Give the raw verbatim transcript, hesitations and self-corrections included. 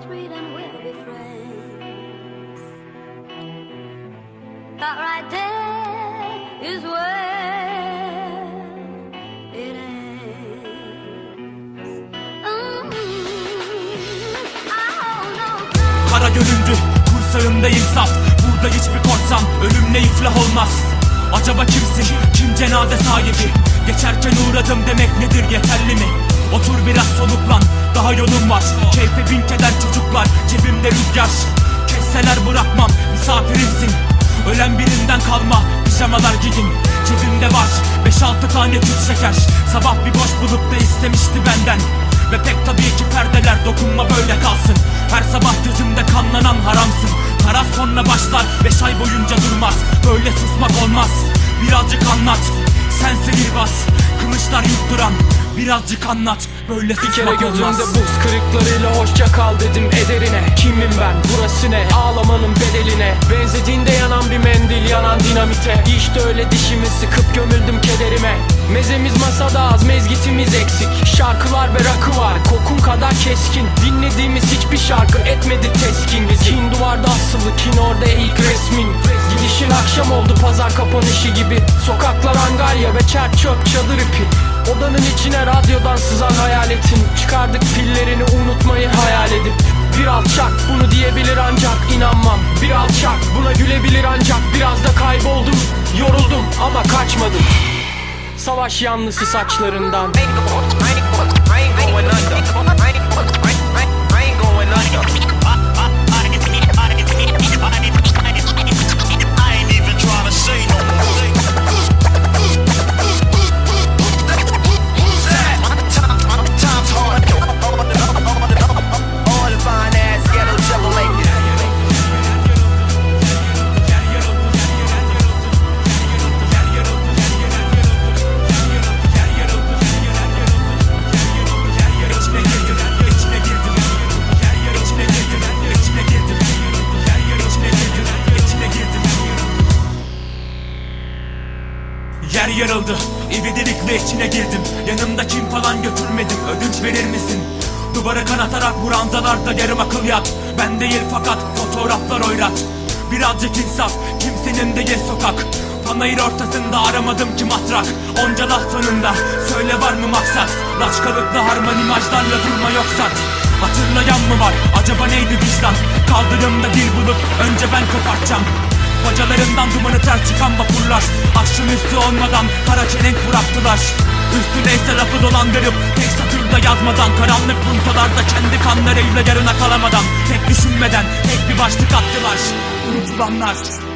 treat and we'll be friends. That right there is where it ends. Mm-hmm. Oh, no. Kara göründü, kursağında insaf. Burada hiçbir korsan ölümle iflah olmaz. Acaba kimsin, kim cenaze sahibi? Geçerken uğradım demek nedir, yeterli mi? Otur biraz soluklan, daha yolun var. Keyfe bin keder çocuklar, cebimde rüzgar. Kesseler bırakmam, misafirimsin. Ölen birinden kalma, pijamalar giyin. Cebimde var beş altı tane tüt şeker. Sabah bir boş bulup da istemişti benden. Ve pek tabii ki perdeler, dokunma böyle kalsın. Her sabah gözümde kanlanan haramsın. Kara sonra başlar, beş ay boyunca durmaz. Böyle susmak olmaz, birazcık anlat. Sen sihirbaz, kılıçlar yutturan. Birazcık anlat, böyle susmak olmaz. Bir kere gözümde buz kırıklarıyla hoşça kal dedim ederine. Kimim ben, burası ne, ağlamanın bedeline. Benzediğinde yanan bir mendil, yanan dinamite. İşte öyle dişimi sıkıp gömüldüm kederime. Mezemiz masada az, mezgitimiz eksik. Şarkılar ve rakı var, kokun kadar keskin. Dinlediğimiz hiçbir şarkı etmedi teskin bizi. Kin duvarda asılı, kin orada ilk resmin. Gidişin akşam oldu, pazar kapanışı gibi. Sokaklar angarya ve çer çöp çadır ipi. Odanın içine radyodan sızan hayaletin. Çıkardık pillerini unutmayı hayal edip. Bir alçak bunu diyebilir ancak inanmam. Bir alçak buna gülebilir ancak biraz da kayboldum. Yoruldum ama kaçmadım. Savaş yanlısı saçlarından. Yer yarıldı, ivedilikle içine girdim. Yanımda kim falan götürmedim, ödünç verir misin? Duvara kanatarak buranzalarda yarım akıl yat. Ben değil fakat fotoğraflar oyrat. Birazcık insaf, kimsenin değil sokak. Panayır ortasında aramadım ki matrak. Onca laf sonunda, söyle var mı maksat? Laçkalıklı harman imajlarla durma yoksat. Hatırlayan mı var, acaba neydi vicdan? Kaldırımda dil bulup önce ben kopartacağım. Bacalarından dumanı ter çıkan vapurlar. Aşkın üstü olmadan kara çelenk bıraktılar. Üstüne ise lafı dolandırıp tek satırda yazmadan, karanlık puntolarda kendi kanlarıyla yarına kalamadan, tek düşünmeden tek bir başlık attılar. Unutulanlar.